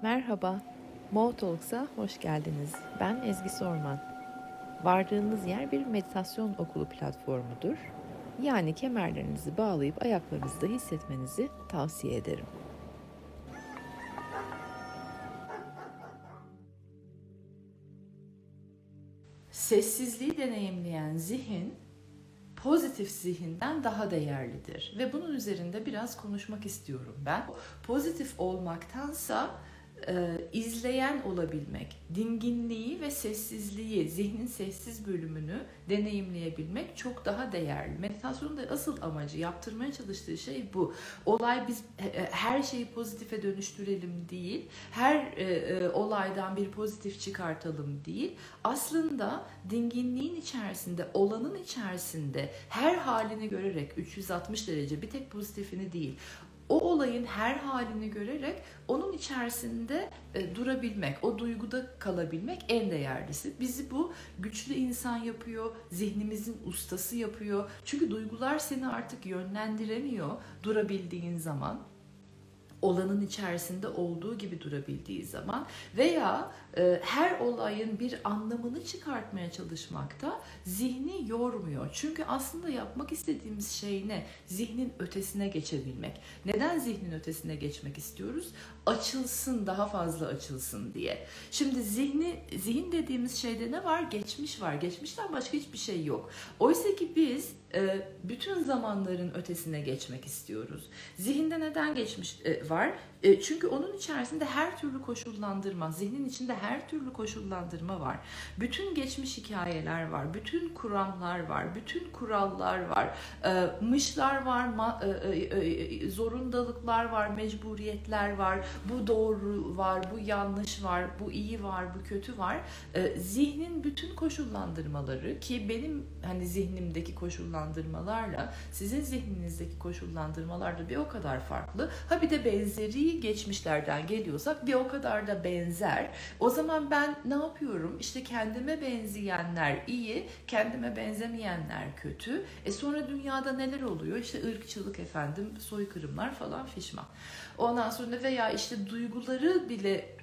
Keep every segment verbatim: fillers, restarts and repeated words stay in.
Merhaba, Mo Talks'a hoş geldiniz. Ben Ezgi Sorman. Vardığınız yer bir meditasyon okulu platformudur. Yani kemerlerinizi bağlayıp ayaklarınızda hissetmenizi tavsiye ederim. Sessizliği deneyimleyen zihin, pozitif zihinden daha değerlidir. Ve bunun üzerinde biraz konuşmak istiyorum ben. Pozitif olmaktansa e, izleyen olabilmek, dinginliği ve sessizliği, zihnin sessiz bölümünü deneyimleyebilmek çok daha değerli. Meditasyonun da asıl amacı, yaptırmaya çalıştığı şey bu. Olay biz e, her şeyi pozitife dönüştürelim değil, her e, e, olaydan bir pozitif çıkartalım değil. Aslında dinginliğin içerisinde, olanın içerisinde her halini görerek üç yüz altmış derece, bir tek pozitifini değil, o olayın her halini görerek onun içerisinde e, durabilmek, o duyguda kalabilmek en değerlisi. Bizi bu güçlü insan yapıyor, zihnimizin ustası yapıyor. Çünkü duygular seni artık yönlendiremiyor durabildiğin zaman. Olanın içerisinde olduğu gibi durabildiği zaman veya e, her olayın bir anlamını çıkartmaya çalışmakta zihni yormuyor. Çünkü aslında yapmak istediğimiz şey ne? Zihnin ötesine geçebilmek. Neden zihnin ötesine geçmek istiyoruz? Açılsın, daha fazla açılsın diye. Şimdi zihni, zihin dediğimiz şeyde ne var? Geçmiş var. Geçmişten başka hiçbir şey yok. Oysa ki biz e, bütün zamanların ötesine geçmek istiyoruz. Zihinde neden geçmiş e, var? E, çünkü onun içerisinde her türlü koşullandırma, zihnin içinde her türlü koşullandırma var. Bütün geçmiş hikayeler var, bütün kuramlar var, bütün kurallar var, e, mışlar var, ma, e, e, e, zorundalıklar var, mecburiyetler var, bu doğru var, bu yanlış var, bu iyi var, bu kötü var. E, zihnin bütün koşullandırmaları, ki benim hani zihnimdeki koşullandırmalarla sizin zihninizdeki koşullandırmalar da bir o kadar farklı. Ha bir de benzeri geçmişlerden geliyorsak bir o kadar da benzer. O zaman ben ne yapıyorum? İşte kendime benzeyenler iyi, kendime benzemeyenler kötü. E sonra dünyada neler oluyor? İşte ırkçılık efendim, soykırımlar falan fişman. Ondan sonra veya işte duyguları bile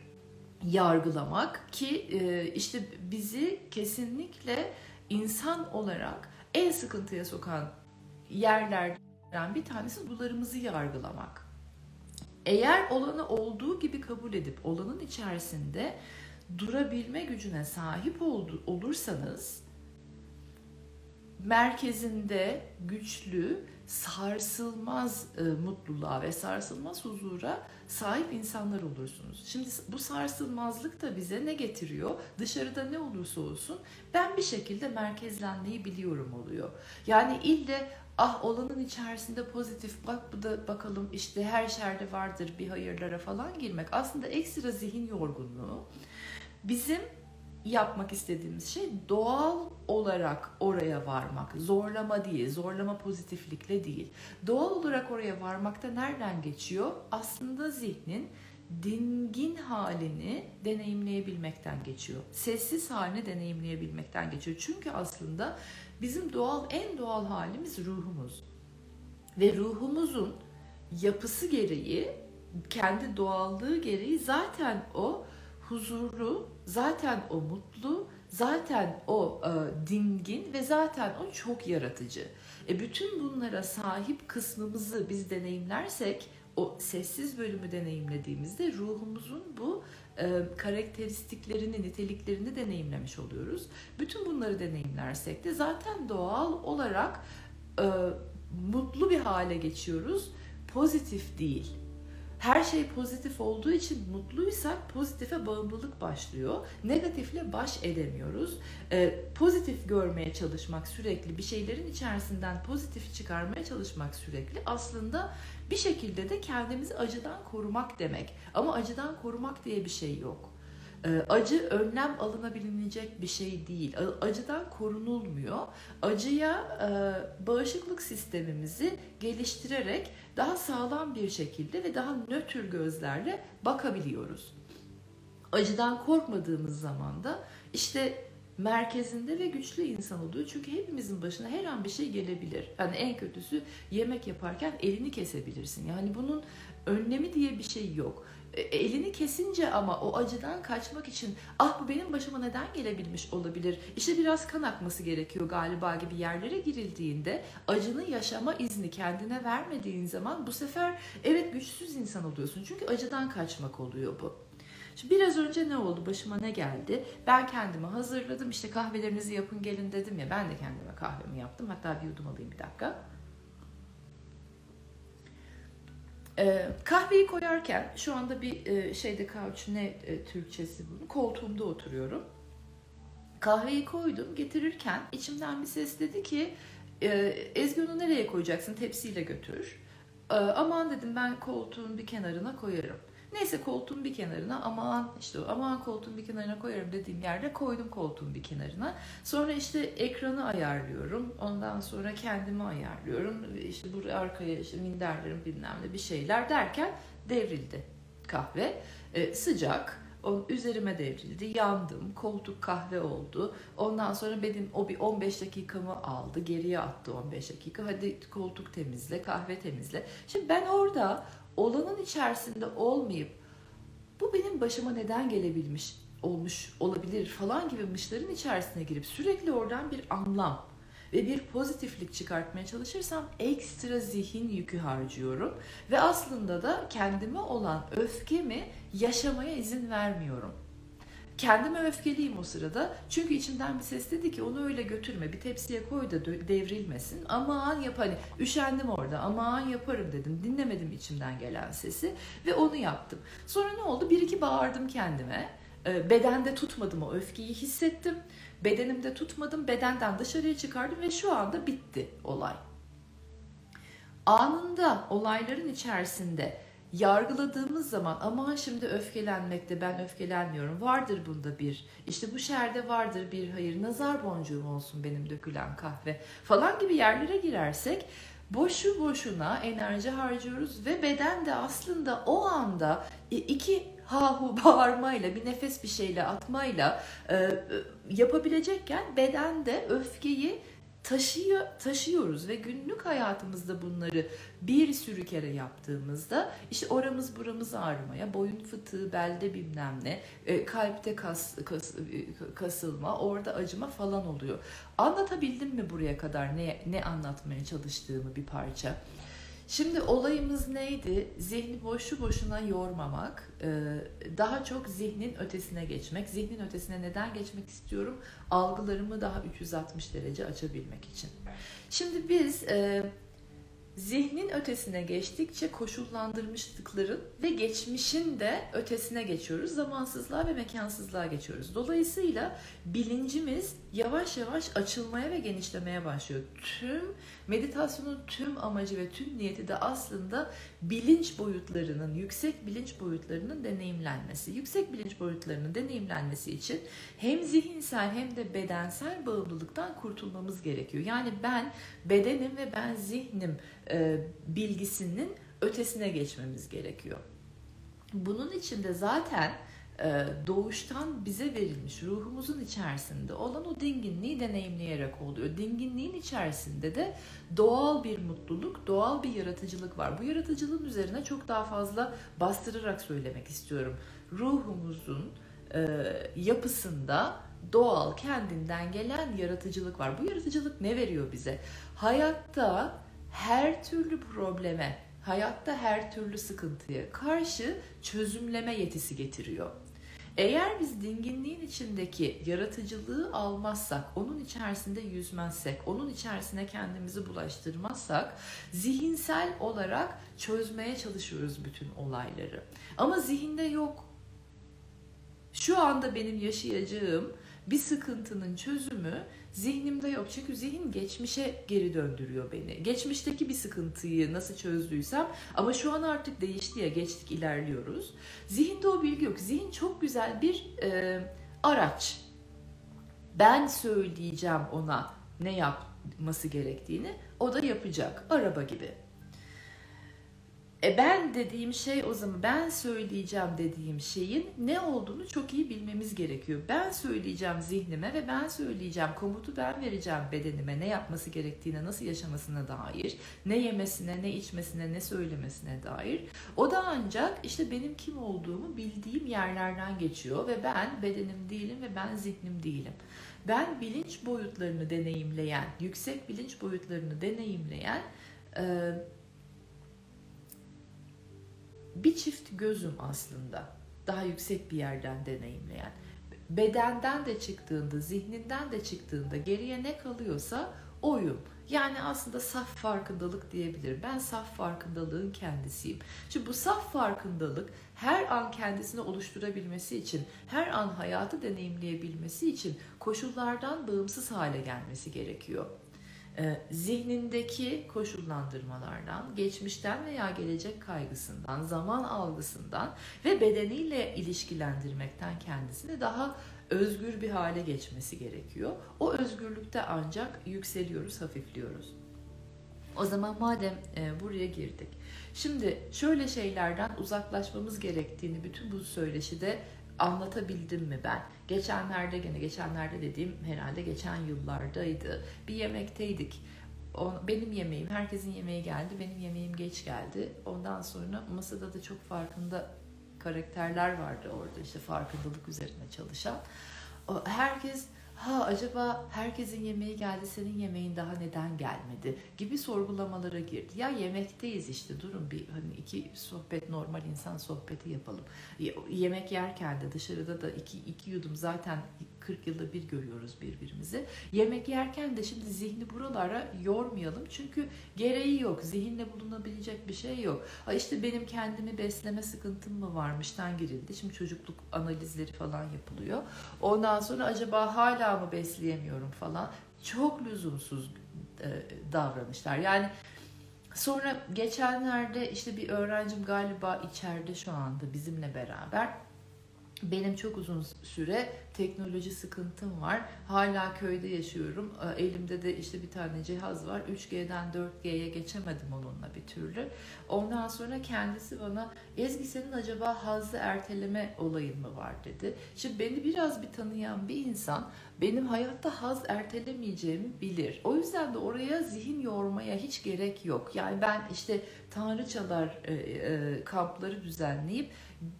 yargılamak, ki işte bizi kesinlikle insan olarak en sıkıntıya sokan yerlerden bir tanesi duygularımızı yargılamak. Eğer olanı olduğu gibi kabul edip olanın içerisinde durabilme gücüne sahip olursanız, merkezinde güçlü, sarsılmaz e, mutluluğa ve sarsılmaz huzura sahip insanlar olursunuz. Şimdi bu sarsılmazlık da bize ne getiriyor? Dışarıda ne olursa olsun ben bir şekilde merkezlenmeyi biliyorum oluyor. Yani ille ah olanın içerisinde pozitif, bak bu da bakalım işte her şerde vardır bir hayırlara falan girmek aslında ekstra zihin yorgunluğu. Bizim yapmak istediğimiz şey doğal olarak oraya varmak. Zorlama değil, zorlama pozitiflikle değil. Doğal olarak oraya varmakta nereden geçiyor? Aslında zihnin dingin halini deneyimleyebilmekten geçiyor. Sessiz halini deneyimleyebilmekten geçiyor. Çünkü aslında bizim doğal, en doğal halimiz ruhumuz. Ve ruhumuzun yapısı gereği, kendi doğallığı gereği zaten o huzurlu, zaten o mutlu, zaten o e, dingin ve zaten o çok yaratıcı. E bütün bunlara sahip kısmımızı biz deneyimlersek, o sessiz bölümü deneyimlediğimizde ruhumuzun bu e, karakteristiklerini, niteliklerini deneyimlemiş oluyoruz. Bütün bunları deneyimlersek de zaten doğal olarak e, mutlu bir hale geçiyoruz. Pozitif değil. Her şey pozitif olduğu için mutluysak pozitife bağımlılık başlıyor. Negatifle baş edemiyoruz. Ee, pozitif görmeye çalışmak sürekli, bir şeylerin içerisinden pozitif çıkarmaya çalışmak sürekli aslında bir şekilde de kendimizi acıdan korumak demek. Ama acıdan korumak diye bir şey yok. Acı önlem alınabilecek bir şey değil. Acıdan korunulmuyor. Acıya bağışıklık sistemimizi geliştirerek daha sağlam bir şekilde ve daha nötr gözlerle bakabiliyoruz. Acıdan korkmadığımız zaman da işte merkezinde ve güçlü insan oluyor. Çünkü hepimizin başına her an bir şey gelebilir. Yani en kötüsü yemek yaparken elini kesebilirsin. Yani bunun önlemi diye bir şey yok. E, elini kesince ama o acıdan kaçmak için ah bu benim başıma neden gelebilmiş olabilir, İşte biraz kan akması gerekiyor galiba gibi yerlere girildiğinde acını yaşama izni kendine vermediğin zaman bu sefer evet güçsüz insan oluyorsun. Çünkü acıdan kaçmak oluyor bu. Şimdi biraz önce ne oldu? Başıma ne geldi? Ben kendimi hazırladım. İşte kahvelerinizi yapın gelin dedim ya. Ben de kendime kahvemi yaptım. Hatta bir yudum alayım bir dakika. Ee, kahveyi koyarken şu anda bir e, şeyde couch ne e, Türkçesi bunun? Koltuğumda oturuyorum. Kahveyi koydum. Getirirken içimden bir ses dedi ki e, Ezgi onu nereye koyacaksın? Tepsiyle götür. E, aman dedim ben koltuğun bir kenarına koyarım. Neyse koltuğun bir kenarına aman işte aman koltuğun bir kenarına koyarım dediğim yerde koydum koltuğun bir kenarına. Sonra işte ekranı ayarlıyorum. Ondan sonra kendimi ayarlıyorum. İşte buraya arkaya işte minderlerim bilmem ne bir şeyler derken devrildi kahve. Ee, sıcak. O üzerime devrildi. Yandım. Koltuk kahve oldu. Ondan sonra benim o bir on beş dakikamı aldı. Geriye attı on beş dakika. Hadi koltuk temizle, kahve temizle. Şimdi ben orada olanın içerisinde olmayıp bu benim başıma neden gelebilmiş olmuş olabilir falan gibi mışların içerisine girip sürekli oradan bir anlam ve bir pozitiflik çıkartmaya çalışırsam ekstra zihin yükü harcıyorum ve aslında da kendime olan öfkemi yaşamaya izin vermiyorum. Kendime öfkeliyim o sırada. Çünkü içimden bir ses dedi ki onu öyle götürme. Bir tepsiye koy da devrilmesin. Aman yap hani üşendim orada. Aman yaparım dedim. Dinlemedim içimden gelen sesi ve onu yaptım. Sonra ne oldu? Bir iki bağırdım kendime. Bedende tutmadım o öfkeyi hissettim. Bedenimde tutmadım. Bedenden dışarıya çıkardım ve şu anda bitti olay. Anında olayların içerisinde yargıladığımız zaman aman şimdi öfkelenmekte ben öfkelenmiyorum. Vardır bunda bir. İşte bu şerde vardır bir hayır. Nazar boncuğum olsun benim dökülen kahve falan gibi yerlere girersek boşu boşuna enerji harcıyoruz ve beden de aslında o anda iki hahu bağırmayla bir nefes bir şeyle atmayla e, yapabilecekken beden de öfkeyi taşıyor, taşıyoruz ve günlük hayatımızda bunları bir sürü kere yaptığımızda işte oramız buramız ağrımaya, boyun fıtığı, belde bilmem ne, e, kalpte kas, kas, kasılma, orada acıma falan oluyor. Anlatabildim mi buraya kadar ne, ne anlatmaya çalıştığımı bir parça? Şimdi olayımız neydi? Zihni boşu boşuna yormamak, daha çok zihnin ötesine geçmek. Zihnin ötesine neden geçmek istiyorum? Algılarımı daha üç yüz altmış derece açabilmek için. Şimdi biz zihnin ötesine geçtikçe koşullandırmışlıkların ve geçmişin de ötesine geçiyoruz. Zamansızlığa ve mekansızlığa geçiyoruz. Dolayısıyla bilincimiz yavaş yavaş açılmaya ve genişlemeye başlıyor. Tüm meditasyonun tüm amacı ve tüm niyeti de aslında bilinç boyutlarının, yüksek bilinç boyutlarının deneyimlenmesi. Yüksek bilinç boyutlarının deneyimlenmesi için hem zihinsel hem de bedensel bağımlılıktan kurtulmamız gerekiyor. Yani ben bedenim ve ben zihnim bilgisinin ötesine geçmemiz gerekiyor. Bunun için de zaten doğuştan bize verilmiş ruhumuzun içerisinde olan o dinginliği deneyimleyerek oluyor. Dinginliğin içerisinde de doğal bir mutluluk, doğal bir yaratıcılık var. Bu yaratıcılığın üzerine çok daha fazla bastırarak söylemek istiyorum. Ruhumuzun yapısında doğal, kendinden gelen yaratıcılık var. Bu yaratıcılık ne veriyor bize? Hayatta her türlü probleme, hayatta her türlü sıkıntıya karşı çözümleme yetisi getiriyor. Eğer biz dinginliğin içindeki yaratıcılığı almazsak, onun içerisinde yüzmezsek, onun içerisine kendimizi bulaştırmazsak, zihinsel olarak çözmeye çalışıyoruz bütün olayları. Ama zihinde yok. Şu anda benim yaşayacağım bir sıkıntının çözümü zihnimde yok. Çünkü zihin geçmişe geri döndürüyor beni. Geçmişteki bir sıkıntıyı nasıl çözdüysem ama şu an artık değişti ya, geçtik, ilerliyoruz. Zihinde o bilgi yok. Zihin çok güzel bir e, araç. Ben söyleyeceğim ona ne yapması gerektiğini, o da yapacak. Araba gibi. E ben dediğim şey, o zaman ben söyleyeceğim dediğim şeyin ne olduğunu çok iyi bilmemiz gerekiyor. Ben söyleyeceğim zihnime ve ben söyleyeceğim, komutu ben vereceğim bedenime ne yapması gerektiğine, nasıl yaşamasına dair, ne yemesine, ne içmesine, ne söylemesine dair. O da ancak işte benim kim olduğumu bildiğim yerlerden geçiyor ve ben bedenim değilim ve ben zihnim değilim. Ben bilinç boyutlarını deneyimleyen, yüksek bilinç boyutlarını deneyimleyen e, bir çift gözüm aslında, daha yüksek bir yerden deneyimleyen. Bedenden de çıktığında, zihninden de çıktığında geriye ne kalıyorsa oyum. Yani aslında saf farkındalık diyebilirim. Ben saf farkındalığın kendisiyim. Şimdi bu saf farkındalık her an kendisini oluşturabilmesi için, her an hayatı deneyimleyebilmesi için koşullardan bağımsız hale gelmesi gerekiyor. Zihnindeki koşullandırmalardan, geçmişten veya gelecek kaygısından, zaman algısından ve bedeniyle ilişkilendirmekten kendisini daha özgür bir hale geçmesi gerekiyor. O özgürlükte ancak yükseliyoruz, hafifliyoruz. O zaman madem e, buraya girdik. Şimdi şöyle şeylerden uzaklaşmamız gerektiğini bütün bu söyleşide anlatabildim mi ben? Geçenlerde, gene geçenlerde dediğim herhalde geçen yıllardaydı. Bir yemekteydik. O, benim yemeğim, herkesin yemeği geldi. Benim yemeğim geç geldi. Ondan sonra masada da çok farkında karakterler vardı orada, işte farkındalık üzerine çalışan. O, herkes ha acaba herkesin yemeği geldi, senin yemeğin daha neden gelmedi gibi sorgulamalara girdi. Ya yemekteyiz işte, durun bir, hani iki sohbet, normal insan sohbeti yapalım. Yemek yerken de dışarıda da iki, iki yudum zaten kırk yılda bir görüyoruz birbirimizi. Yemek yerken de şimdi zihni buralara yormayalım. Çünkü gereği yok. Zihinle bulunabilecek bir şey yok. Ha işte benim kendimi besleme sıkıntım mı varmıştan girildi. Şimdi çocukluk analizleri falan yapılıyor. Ondan sonra acaba hala mı besleyemiyorum falan. Çok lüzumsuz e, davranışlar. Yani sonra geçenlerde işte bir öğrencim galiba içeride şu anda bizimle beraber. Benim çok uzun süre teknoloji sıkıntım var. Hala köyde yaşıyorum. Elimde de işte bir tane cihaz var. üç G'den dört G'ye geçemedim onunla bir türlü. Ondan sonra kendisi bana, Ezgi senin acaba hazzı erteleme olayın mı var dedi. Şimdi beni biraz bir tanıyan bir insan benim hayatta haz ertelemeyeceğimi bilir. O yüzden de oraya zihin yormaya hiç gerek yok. Yani ben işte tanrıçalar e, e, kampları düzenleyip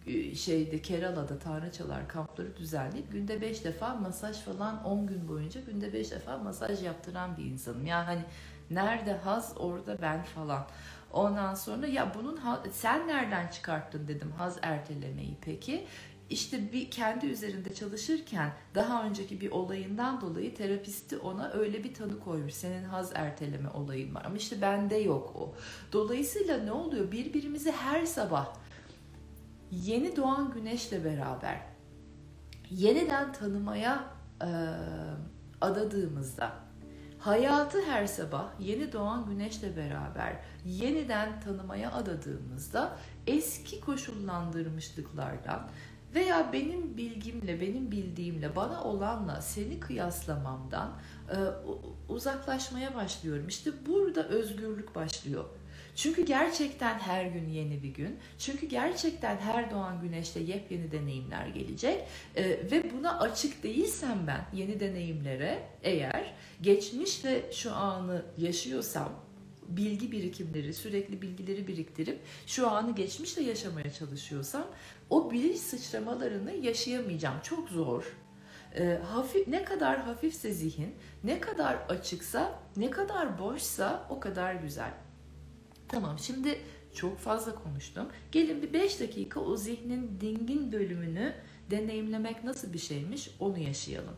şeyde Kerala'da tanrıçalar kampları düzenleyip günde beş defa masaj falan, on gün boyunca günde beş defa masaj yaptıran bir insanım. Yani hani nerede haz orada ben falan. Ondan sonra ya bunun sen nereden çıkarttın dedim haz ertelemeyi peki. İşte bir kendi üzerinde çalışırken daha önceki bir olayından dolayı terapisti ona öyle bir tanı koymuş. Senin haz erteleme olayın var ama işte bende yok o. Dolayısıyla ne oluyor? Birbirimizi her sabah yeni doğan güneşle beraber yeniden tanımaya e, adadığımızda, hayatı her sabah yeni doğan güneşle beraber yeniden tanımaya adadığımızda eski koşullandırmışlıklardan veya benim bilgimle, benim bildiğimle, bana olanla seni kıyaslamamdan e, uzaklaşmaya başlıyorum. İşte burada özgürlük başlıyor. Çünkü gerçekten her gün yeni bir gün. Çünkü gerçekten her doğan güneşte yepyeni deneyimler gelecek. Ee, ve buna açık değilsem ben yeni deneyimlere, eğer geçmişle şu anı yaşıyorsam, bilgi birikimleri, sürekli bilgileri biriktirip şu anı geçmişle yaşamaya çalışıyorsam o bilinç sıçramalarını yaşayamayacağım. Çok zor. Ee, hafif, ne kadar hafifse zihin, ne kadar açıksa, ne kadar boşsa o kadar güzel. Tamam, şimdi çok fazla konuştum. Gelin bir beş dakika o zihnin dingin bölümünü deneyimlemek nasıl bir şeymiş onu yaşayalım.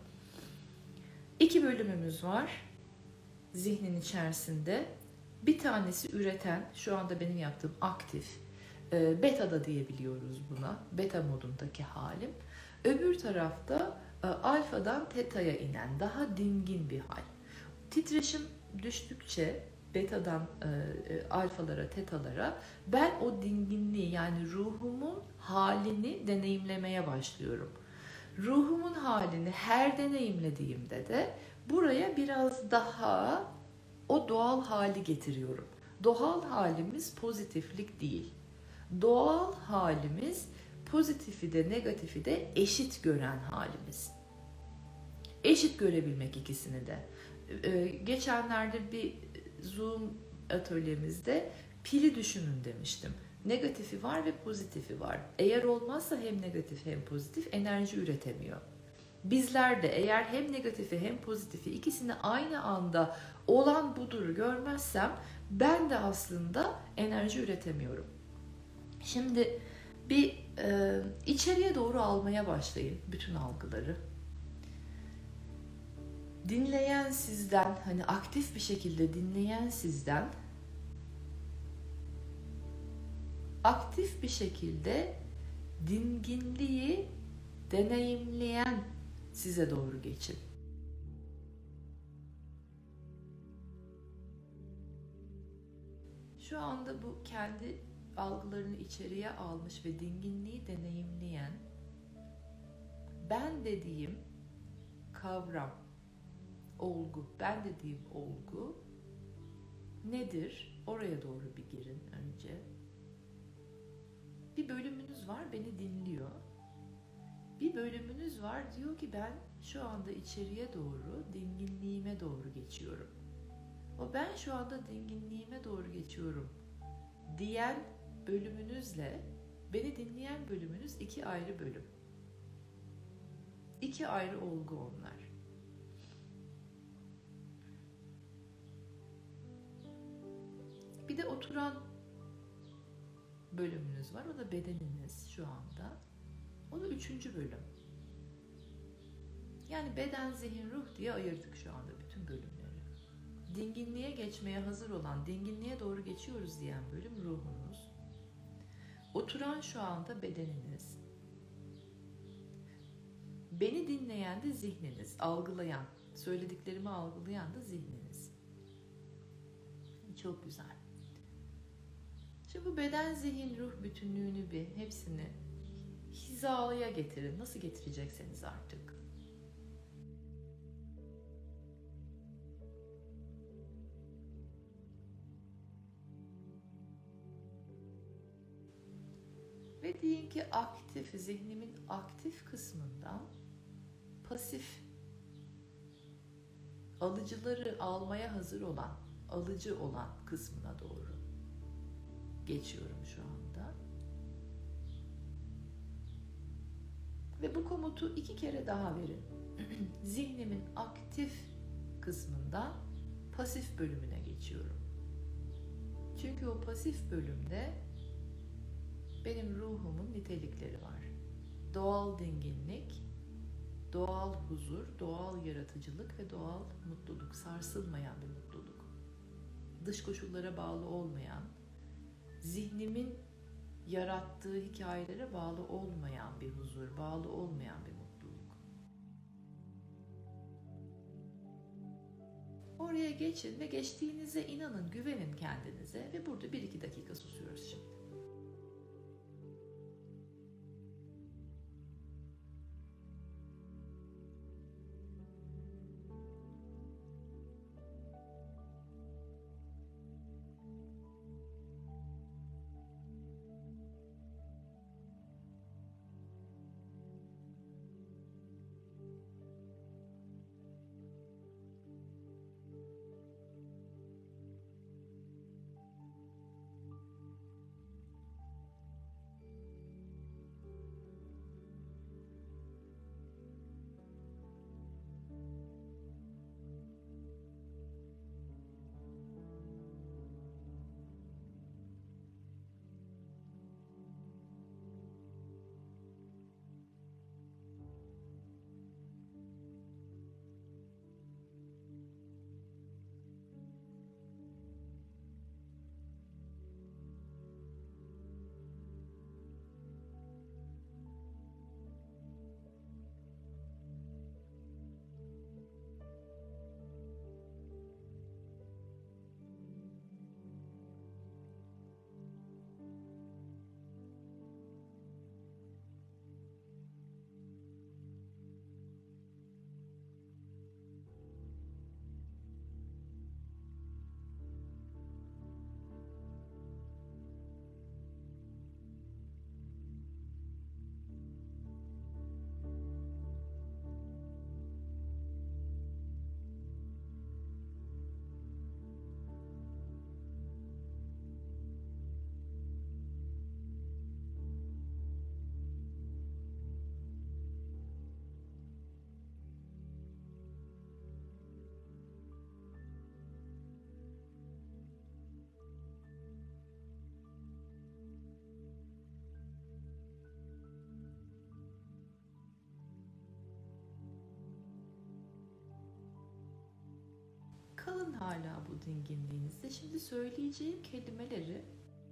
İki bölümümüz var zihnin içerisinde. Bir tanesi üreten, şu anda benim yaptığım aktif. E, beta da diyebiliyoruz buna. Beta modundaki halim. Öbür tarafta e, alfadan teta'ya inen daha dingin bir hal. Titreşim düştükçe betadan e, e, alfalara, tetalara ben o dinginliği, yani ruhumun halini deneyimlemeye başlıyorum. Ruhumun halini her deneyimlediğimde de buraya biraz daha o doğal hali getiriyorum. Doğal halimiz pozitiflik değil. Doğal halimiz pozitifi de negatifi de eşit gören halimiz. Eşit görebilmek ikisini de. Ee, geçenlerde bir Zoom atölyemizde pili düşünün demiştim. Negatifi var ve pozitifi var. Eğer olmazsa hem negatif hem pozitif enerji üretemiyor. Bizler de eğer hem negatifi hem pozitifi ikisini aynı anda olan budur görmezsem ben de aslında enerji üretemiyorum. Şimdi bir e, içeriye doğru almaya başlayın bütün algıları. Dinleyen sizden, hani aktif bir şekilde dinleyen sizden aktif bir şekilde dinginliği deneyimleyen size doğru geçin. Şu anda bu kendi algılarını içeriye almış ve dinginliği deneyimleyen ben dediğim kavram, olgu, ben dediğim olgu nedir? Oraya doğru bir girin önce. Bir bölümünüz var beni dinliyor. Bir bölümünüz var diyor ki ben şu anda içeriye doğru, dinginliğime doğru geçiyorum. O ben şu anda dinginliğime doğru geçiyorum diyen bölümünüzle beni dinleyen bölümünüz iki ayrı bölüm. İki ayrı olgu onlar. Bir de oturan bölümünüz var. O da bedeniniz şu anda. O da üçüncü bölüm. Yani beden, zihin, ruh diye ayırdık şu anda bütün bölümleri. Dinginliğe geçmeye hazır olan, dinginliğe doğru geçiyoruz diyen bölüm ruhunuz. Oturan şu anda bedeniniz. Beni dinleyen de zihniniz, algılayan, söylediklerimi algılayan da zihniniz. Çok güzel. Şimdi bu beden, zihin, ruh bütünlüğünü bir hepsini hizaya getirin. Nasıl getirecekseniz artık. Ve deyin ki aktif, zihnimin aktif kısmından pasif, alıcıları almaya hazır olan, alıcı olan kısmına doğru geçiyorum şu anda. Ve bu komutu iki kere daha verin. Zihnimin aktif kısmından pasif bölümüne geçiyorum. Çünkü o pasif bölümde benim ruhumun nitelikleri var. Doğal dinginlik, doğal huzur, doğal yaratıcılık ve doğal mutluluk, sarsılmayan bir mutluluk. Dış koşullara bağlı olmayan, zihnimin yarattığı hikayelere bağlı olmayan bir huzur, bağlı olmayan bir mutluluk. Oraya geçin ve geçtiğinize inanın, güvenin kendinize ve burada bir iki dakika susuyoruz şimdi. hala bu dinginliğinizde. Şimdi söyleyeceğim kelimeleri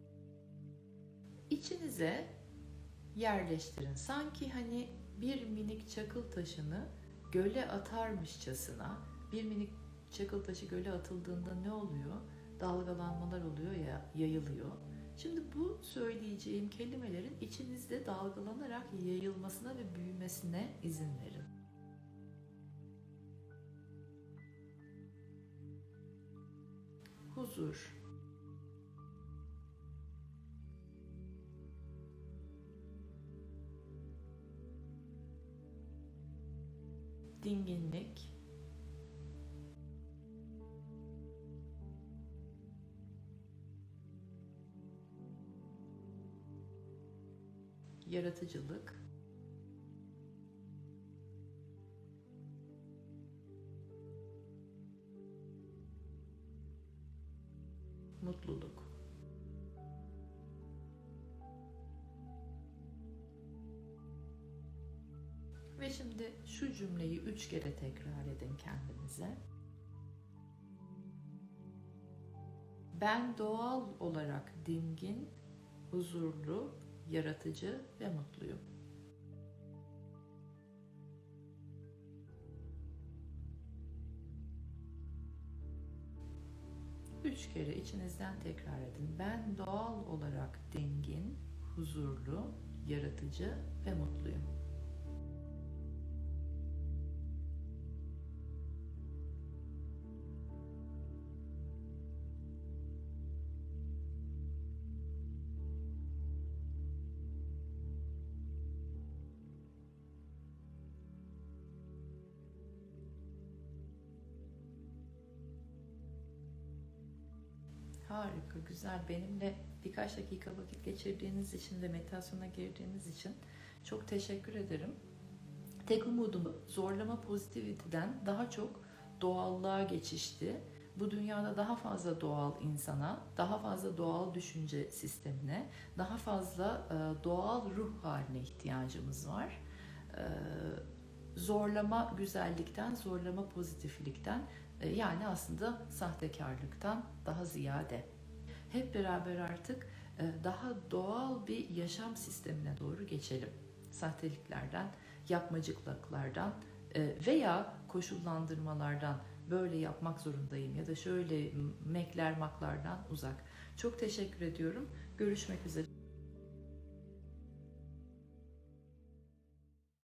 içinize yerleştirin. Sanki hani bir minik çakıl taşını göle atarmışçasına, bir minik çakıl taşı göle atıldığında ne oluyor? Dalgalanmalar oluyor ya, yayılıyor. Şimdi bu söyleyeceğim kelimelerin içinizde dalgalanarak yayılmasına ve büyümesine izin verin. Huzur, dinginlik, yaratıcılık, mutluluk. Ve şimdi şu cümleyi üç kere tekrar edin kendinize. Ben doğal olarak dingin, huzurlu, yaratıcı ve mutluyum. Üç kere içinizden tekrar edin. Ben doğal olarak dingin, huzurlu, yaratıcı ve mutluyum. Harika, güzel. Benimle birkaç dakika vakit geçirdiğiniz için ve meditasyona girdiğiniz için çok teşekkür ederim. Tek umudum zorlama pozitiviteden daha çok doğallığa geçişti. Bu dünyada daha fazla doğal insana, daha fazla doğal düşünce sistemine, daha fazla e, doğal ruh haline ihtiyacımız var. E, zorlama güzellikten, zorlama pozitiflikten, e, yani aslında sahtekarlıktan daha ziyade. Hep beraber artık e, daha doğal bir yaşam sistemine doğru geçelim. Sahteliklerden, yapmacıklıklardan e, veya koşullandırmalardan, böyle yapmak zorundayım ya da şöyle mekler maklardan uzak. Çok teşekkür ediyorum. Görüşmek üzere.